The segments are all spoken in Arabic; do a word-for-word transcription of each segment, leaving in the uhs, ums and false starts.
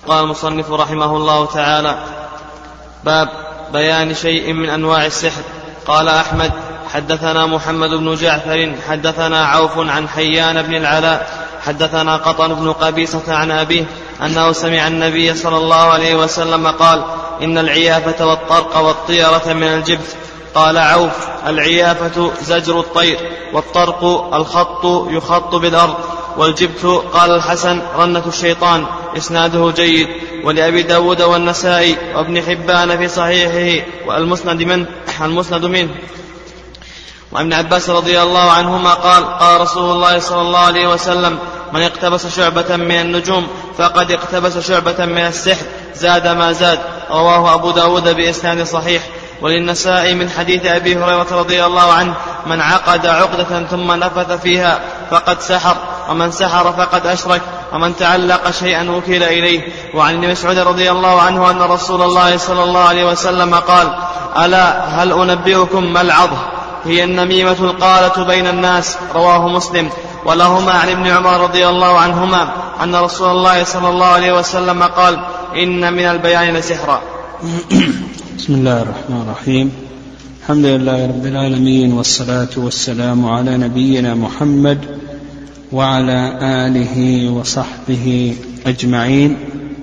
قال المصنف رحمه الله تعالى: باب بيان شيء من أنواع السحر. قال أحمد: حدثنا محمد بن جعفر حدثنا عوف عن حيان بن العلاء حدثنا قطن بن قبيصة عن أبيه أنه سمع النبي صلى الله عليه وسلم قال: إن العيافة والطرق والطيرة من الجبت. قال عوف: العيافة زجر الطير، والطرق الخط يخط بالأرض، والجبت قال الحسن رنة الشيطان. إسناده جيد. ولأبي داود والنسائي وابن حبان في صحيحه والمسند منه المسند منه وعن ابن عباس رضي الله عنهما قال: قال رسول الله صلى الله عليه وسلم: من اقتبس شعبة من النجوم فقد اقتبس شعبة من السحر، زاد ما زاد. رواه أبو داود بإسناد صحيح. وللنسائي من حديث أبي هريرة رضي الله عنه: من عقد عقدة ثم نفث فيها فقد سحر، ومن سحر فقد أشرك، ومن تعلق شيئا وكل إليه. وعن ابن مسعود رضي الله عنه أن رسول الله صلى الله عليه وسلم قال: ألا هل أنبئكم ما العض؟ هي النميمة القالة بين الناس. رواه مسلم. ولهما عن ابن عمر رضي الله عنهما أن رسول الله صلى الله عليه وسلم قال: إن من البيان لسحرا. بسم الله الرحمن الرحيم. الحمد لله رب العالمين، والصلاة والسلام على نبينا محمد وعلى آله وصحبه أجمعين.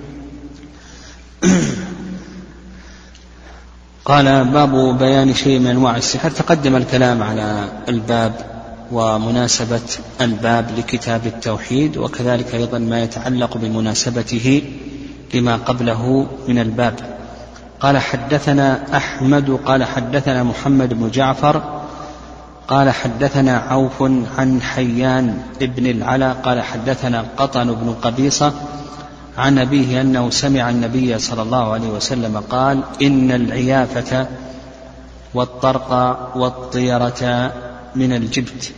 قال: باب بيان شيء من أنواع السحر. تقدم الكلام على الباب ومناسبة الباب لكتاب التوحيد، وكذلك أيضا ما يتعلق بمناسبته لما قبله من الباب. قال: حدثنا أحمد قال حدثنا محمد بن جعفر قال حدثنا عوف عن حيان ابن العلاء قال حدثنا قطن بن قبيصة عن أبيه أنه سمع النبي صلى الله عليه وسلم قال: إن العيافة والطرق والطيرة من الجبت.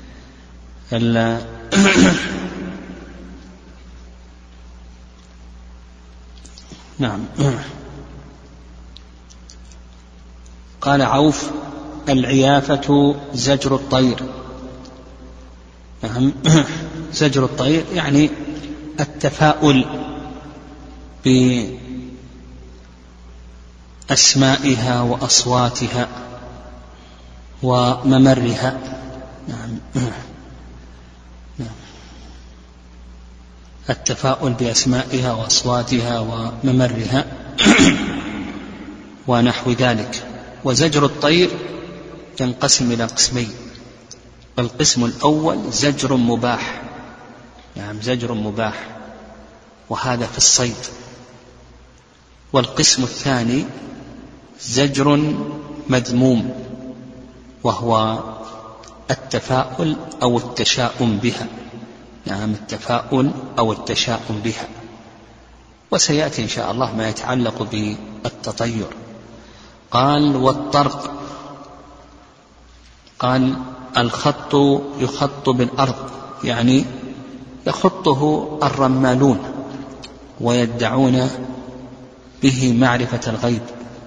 نعم. قال عوف: العيافة زجر الطير. زجر الطير يعني التفاؤل بأسمائها وأصواتها وممرها. نعم. التفاؤل بأسمائها وأصواتها وممرها ونحو ذلك. وزجر الطير ينقسم إلى قسمين: القسم الأول زجر مباح، يعني زجر مباح، وهذا في الصيد. والقسم الثاني زجر مذموم، وهو التفاؤل أو التشاؤم بها. نعم، التفاؤل أو التشاؤم بها. وسيأتي إن شاء الله ما يتعلق بالتطير. قال: والطرق. قال: الخط يخط بالأرض، يعني يخطه الرمالون ويدعون به معرفة الغيب.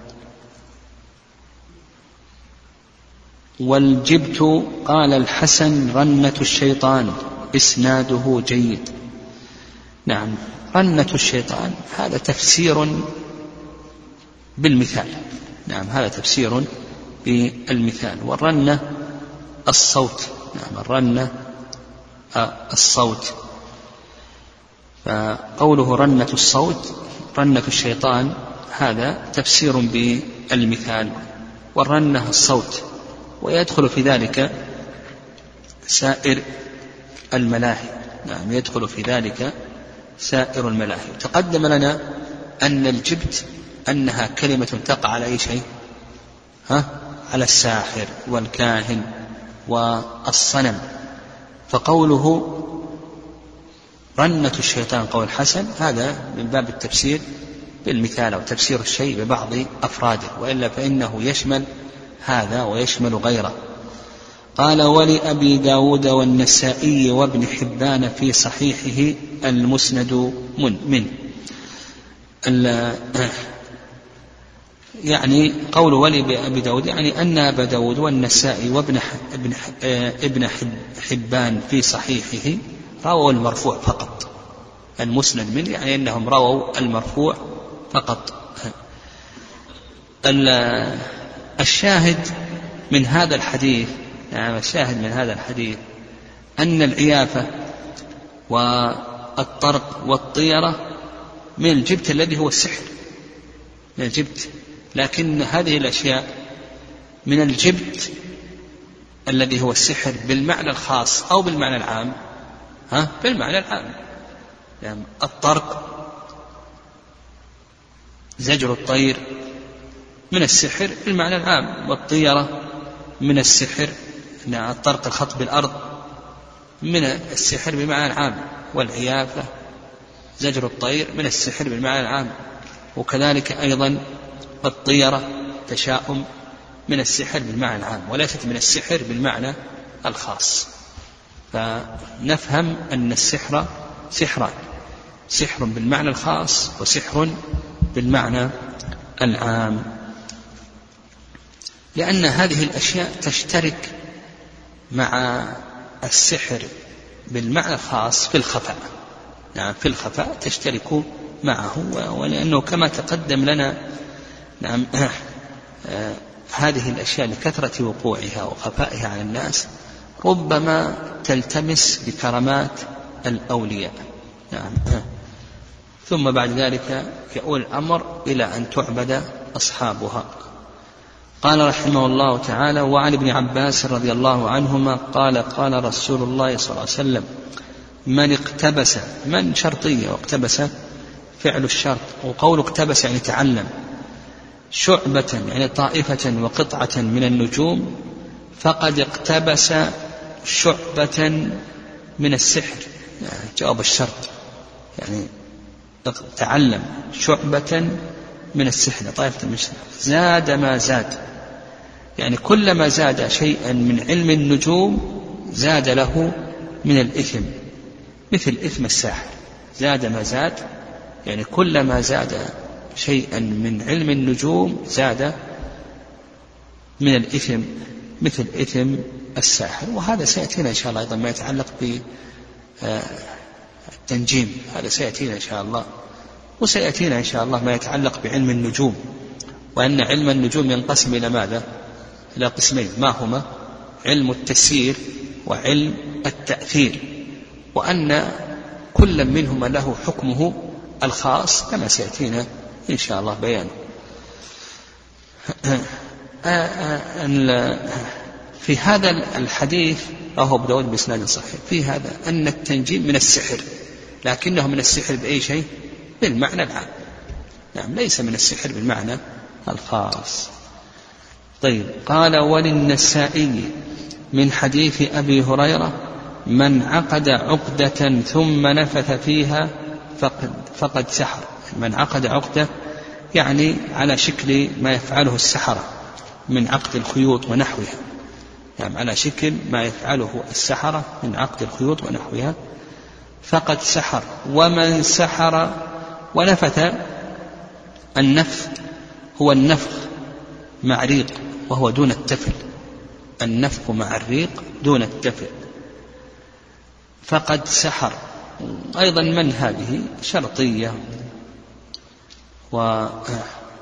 والجبت قال الحسن رنة الشيطان. إسناده جيد. نعم، رنة الشيطان هذا تفسير بالمثال. نعم، هذا تفسير بالمثال. والرنة الصوت. نعم، الرنة الصوت. فقوله رنة الصوت رنة الشيطان هذا تفسير بالمثال، والرنة الصوت. ويدخل في ذلك سائر الملاهي. نعم، يدخل في ذلك سائر الملاهي. تقدم لنا أن الجبت أنها كلمة تقع على أي شيء؟ ها؟ على الساحر والكاهن والصنم. فقوله رنة الشيطان قول الحسن هذا من باب التفسير بالمثال أو تفسير الشيء ببعض أفراده، وإلا فإنه يشمل هذا ويشمل غيره. قال: ولأبي داود والنسائي وابن حبان في صحيحه المسند منه. يعني قول ولي أبي داود يعني أن أبا داود والنسائي وابن ابن حبان في صحيحه رووا المرفوع فقط، المسند منه، يعني أنهم رووا المرفوع فقط. الشاهد من هذا الحديث يعني الشاهد من هذا الحديث أن العيافة والطرق والطيرة من الجبت الذي هو السحر، من الجبت، لكن هذه الأشياء من الجبت الذي هو السحر بالمعنى الخاص أو بالمعنى العام. ها بالمعنى العام، يعني الطرق زجر الطير من السحر بالمعنى العام، والطيرة من السحر، يعني الطرق الخط بالأرض من السحر بالمعنى العام، والعيافة زجر الطير من السحر بالمعنى العام، وكذلك أيضا الطيرة تشاؤم من السحر بالمعنى العام وليست من السحر بالمعنى الخاص. فنفهم أن السحر سحران، سحر بالمعنى الخاص وسحر بالمعنى العام، لأن هذه الأشياء تشترك مع السحر بالمعنى الخاص في الخفاء، نعم في الخفاء تشترك معه، ولأنه كما تقدم لنا نعم هذه الأشياء لكثرة وقوعها وخفائها على الناس ربما تلتمس بكرامات الأولياء، نعم ثم بعد ذلك يؤول الأمر إلى أن تعبد أصحابها. قال رحمه الله تعالى: وعن ابن عباس رضي الله عنهما قال: قال رسول الله صلى الله عليه وسلم: من اقتبس، من شرطية، واقتبس فعل الشرط، وقول اقتبس يعني تعلم، شعبة يعني طائفة وقطعة من النجوم فقد اقتبس شعبة من السحر، يعني جواب الشرط، يعني تعلم شعبة من السحر طائفة من السحر، زاد ما زاد، يعني كلما زاد شيئا من علم النجوم زاد له من الإثم، مثل إثم الساحر، زاد ما زاد، يعني كلما زاد شيئا من علم النجوم زاد من الإثم مثل إثم الساحر. وهذا سيأتينا إن شاء الله أيضا ما يتعلق بالتنجيم، هذا سيأتينا إن شاء الله، وسيأتينا إن شاء الله ما يتعلق بعلم النجوم، وأن علم النجوم ينقسم إلى ماذا؟ إلى قسمين، ما هما؟ علم التسيير وعلم التأثير، وأن كل منهما له حكمه الخاص كما سيأتينا إن شاء الله بيانه. في هذا الحديث رواه أبو داود بإسناد صحيح في هذا أن التنجيم من السحر، لكنه من السحر بأي شيء؟ بالمعنى العام، نعم ليس من السحر بالمعنى الخاص. طيب، قال: وللنسائي من حديث أبي هريرة: من عقد عقدة ثم نفث فيها فقد, فقد سحر. من عقد عقدة يعني على شكل ما يفعله السحرة من عقد الخيوط ونحوها، يعني على شكل ما يفعله السحرة من عقد الخيوط ونحوها فقد سحر. ومن سحر ونفث، النفث هو النفخ مع ريق وهو دون التفل، النفخ مع الريق دون التفل، فقد سحر. أيضا من هذه شرطية، وقد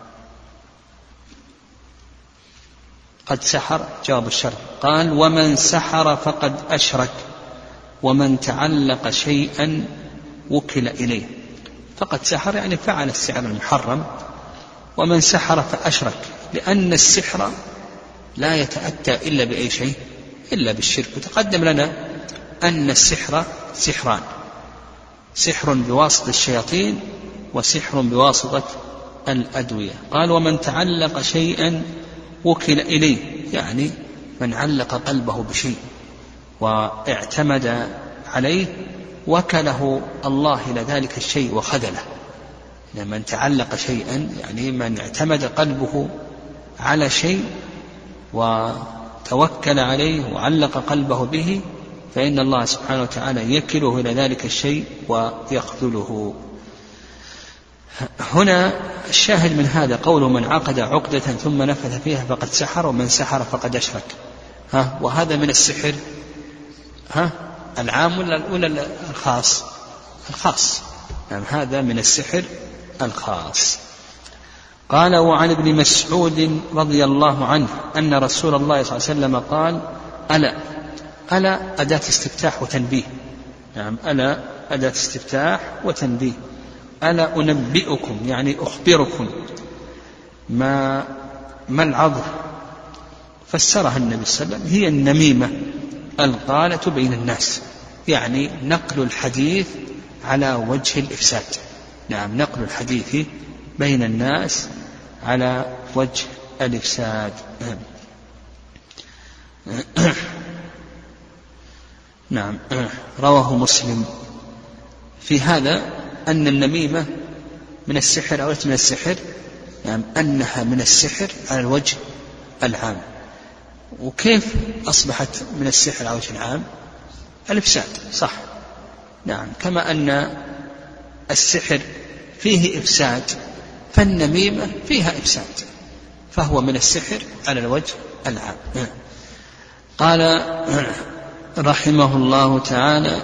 سحر جواب الشرط. قال: ومن سحر فقد أشرك، ومن تعلق شيئا وكل إليه. فقد سحر يعني فعل السحر المحرم، ومن سحر فأشرك، لأن السحر لا يتأتى إلا بأي شيء؟ إلا بالشرك. وتقدم لنا أن السحر سحران: سحر بواسطة الشياطين وسحر بواسطة الأدوية. قال: ومن تعلق شيئا وكل إليه، يعني من علق قلبه بشيء واعتمد عليه وكله الله إلى ذلك الشيء وخذله. من تعلق شيئا يعني من اعتمد قلبه على شيء وتوكل عليه وعلق قلبه به، فإن الله سبحانه وتعالى يكله إلى ذلك الشيء ويخذله. هنا الشاهد من هذا قوله: من عقد عقدة ثم نفث فيها فقد سحر، ومن سحر فقد أشرك. ها وهذا من السحر ها العام ولا الخاص؟ الخاص، نعم هذا من السحر الخاص. قال وعن ابن مسعود رضي الله عنه أن رسول الله صلى الله عليه وسلم قال ألا ألا أداة استفتاح وتنبيه. نعم ألا أداة استفتاح وتنبيه. ألا أنبئكم يعني أخبركم ما ما العضل. فسرها النبي صلى الله عليه وسلم هي النميمة القالة بين الناس، يعني نقل الحديث على وجه الإفساد. نعم نقل الحديث بين الناس على وجه الإفساد. نعم رواه مسلم. في هذا أن النميمة من السحر أو من السحر، نعم أنها من السحر على الوجه العام. وكيف أصبحت من السحر على الوجه العام؟ الإفساد صح. نعم كما أن السحر فيه إفساد فالنميمة فيها إفساد، فهو من السحر على الوجه العام. قال رحمه الله تعالى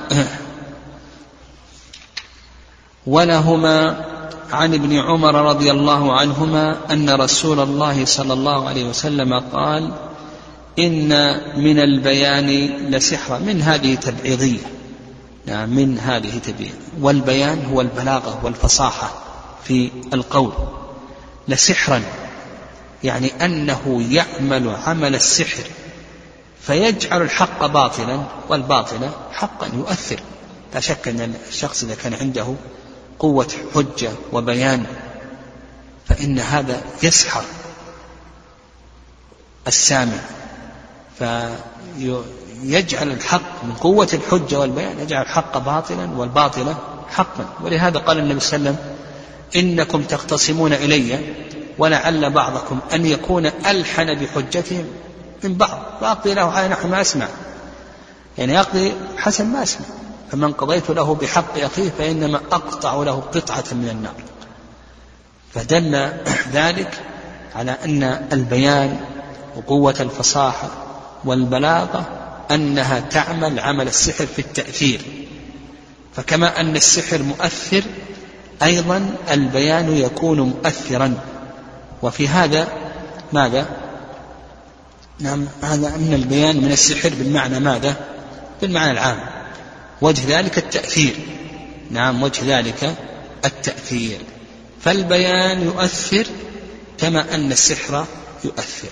ولهما عن ابن عمر رضي الله عنهما أن رسول الله صلى الله عليه وسلم قال إن من البيان لسحرا. من هذه تبعيضية، نعم من هذه تبعيض. والبيان هو البلاغة والفصاحة في القول. لسحرا يعني أنه يعمل عمل السحر فيجعل الحق باطلا والباطل حقا، يؤثر. لا شك أن الشخص إذا كان عنده قوة حجة وبيان فإن هذا يسحر السامع، فيجعل الحق من قوة الحجة والبيان يجعل الحق باطلا والباطل حقا. ولهذا قال النبي صلى الله عليه وسلم إنكم تختصمون إلي ولعل بعضكم أن يكون ألحن بحجتهم من بعض فأقضي له على نحو ما أسمع، يعني يقضي حسن ما أسمع. فمن قضيت له بحق أخيه فإنما أقطع له قطعة من النار. فدل ذلك على أن البيان وقوة الفصاحة والبلاغة أنها تعمل عمل السحر في التأثير. فكما أن السحر مؤثر أيضا البيان يكون مؤثرا. وفي هذا ماذا؟ نعم هذا أن البيان من السحر بالمعنى ماذا؟ بالمعنى العام. وجه ذلك التأثير. نعم وجه ذلك التأثير. فالبيان يؤثر كما أن السحر يؤثر.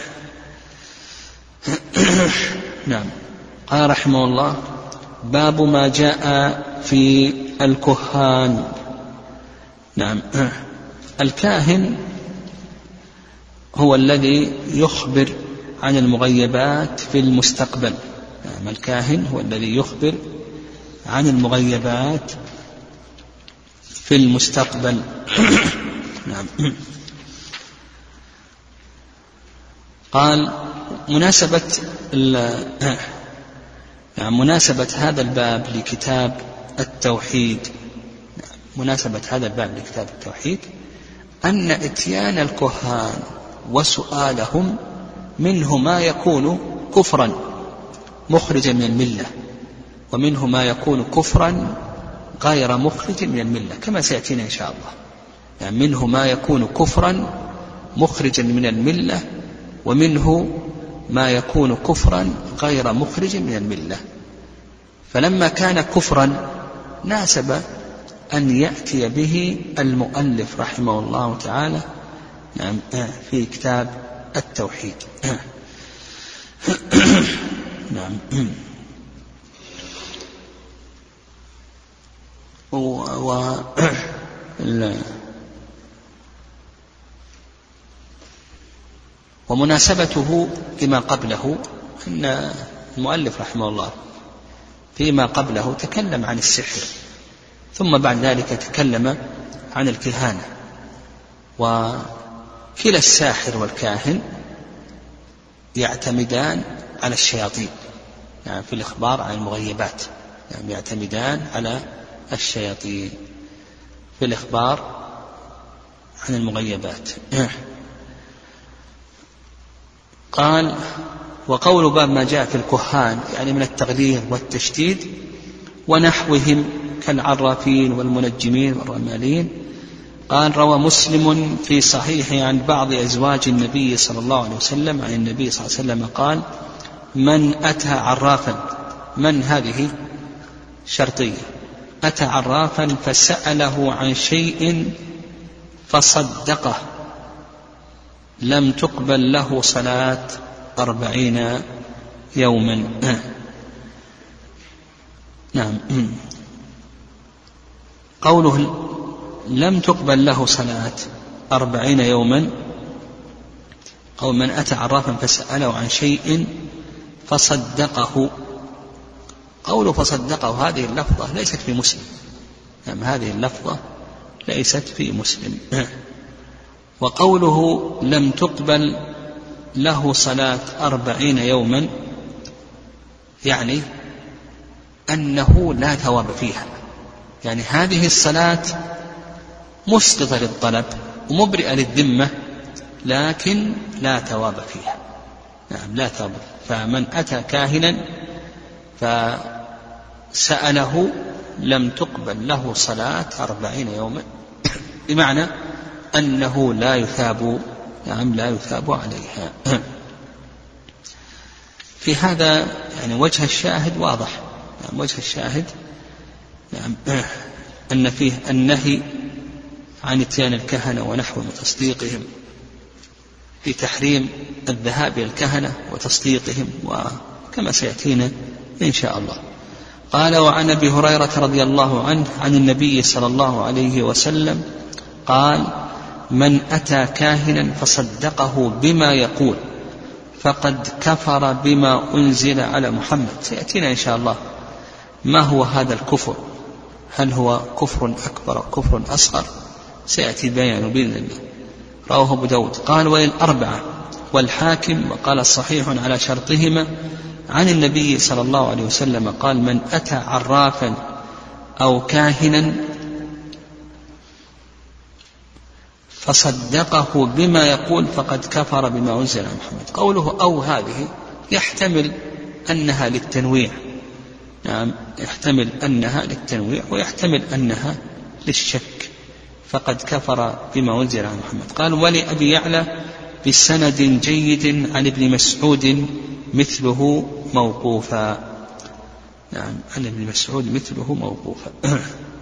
نعم. قال رحمه الله باب ما جاء في الكهان. نعم الكاهن هو الذي يخبر عن المغيبات في المستقبل. نعم الكاهن هو الذي يخبر عن المغيبات في المستقبل. نعم. قال مناسبة نعم مناسبة هذا الباب لكتاب التوحيد. مناسبة هذا الباب لكتاب التوحيد أن إتيان الكهان وسؤالهم منه ما يكون كفرا مخرجا من الملة، ومنه ما يكون كفرا غير مخرج من الملة كما سيأتينا إن شاء الله. يعني منه ما يكون كفرا مخرجا من الملة، ومنه ما يكون كفرا غير مخرج من الملة. فلما كان كفرا ناسب أن يأتي به المؤلف رحمه الله تعالى نعم في كتاب التوحيد. نعم. و ومناسبته لما قبله أن المؤلف رحمه الله فيما قبله تكلم عن السحر، ثم بعد ذلك تكلم عن الكهانة. وكلا الساحر والكاهن يعتمدان على الشياطين، يعني في الإخبار عن المغيبات، يعني يعتمدان على الشياطين في الإخبار عن المغيبات. قال وقول باب ما جاء في الكهان يعني من التغليظ والتشديد ونحوهم كالعرافين والمنجمين والرمالين. قال روى مسلم في صحيحه عن بعض أزواج النبي صلى الله عليه وسلم عن النبي صلى الله عليه وسلم قال من أتى عرافا، من هذه شرطية، أتى عرافا فسأله عن شيء فصدقه لم تقبل له صلاة أربعين يوما. نعم. قوله لم تقبل له صلاة أربعين يوما، أو من أتى عرافا فسأله عن شيء فصدقه، قوله فصدقه هذه اللفظة ليست في مسلم. نعم هذه اللفظة ليست في مسلم. وقوله لم تقبل له صلاة أربعين يوما يعني أنه لا ثواب فيها، يعني هذه الصلاة مسقطة للطلب ومبرئة للذمة لكن لا ثواب فيها. نعم لا ثواب. فمن أتى كاهنا فسأله لم تقبل له صلاة أربعين يوما بمعنى أنه لا يثاب، نعم لا يثاب عليها. في هذا يعني وجه الشاهد واضح. نعم وجه الشاهد نعم أن فيه النهي عن اتيان الكهنة ونحوهم وتصديقهم، في تحريم الذهاب إلى الكهنة وتصديقهم، وكما سيأتينا إن شاء الله. قال وعن أبي هريرة رضي الله عنه عن النبي صلى الله عليه وسلم قال من أتى كاهنا فصدقه بما يقول فقد كفر بما أنزل على محمد. سيأتينا إن شاء الله ما هو هذا الكفر، هل هو كفر أكبر أو كفر أصغر، سيأتي بيان بإذن الله. رواه أبو داود. قال وللأربعة والحاكم وقال صحيح على شرطهما عن النبي صلى الله عليه وسلم قال من أتى عرافا أو كاهنا فصدقه بما يقول فقد كفر بما أنزل على محمد. قوله أو هذه يحتمل أنها للتنويع. نعم يحتمل أنها للتنويع ويحتمل أنها للشك. فقد كفر بما أنزل على محمد. قال ولأبي يعلى بسند جيد عن ابن مسعود مثله موقوفا. نعم عن ابن مسعود مثله موقوفا.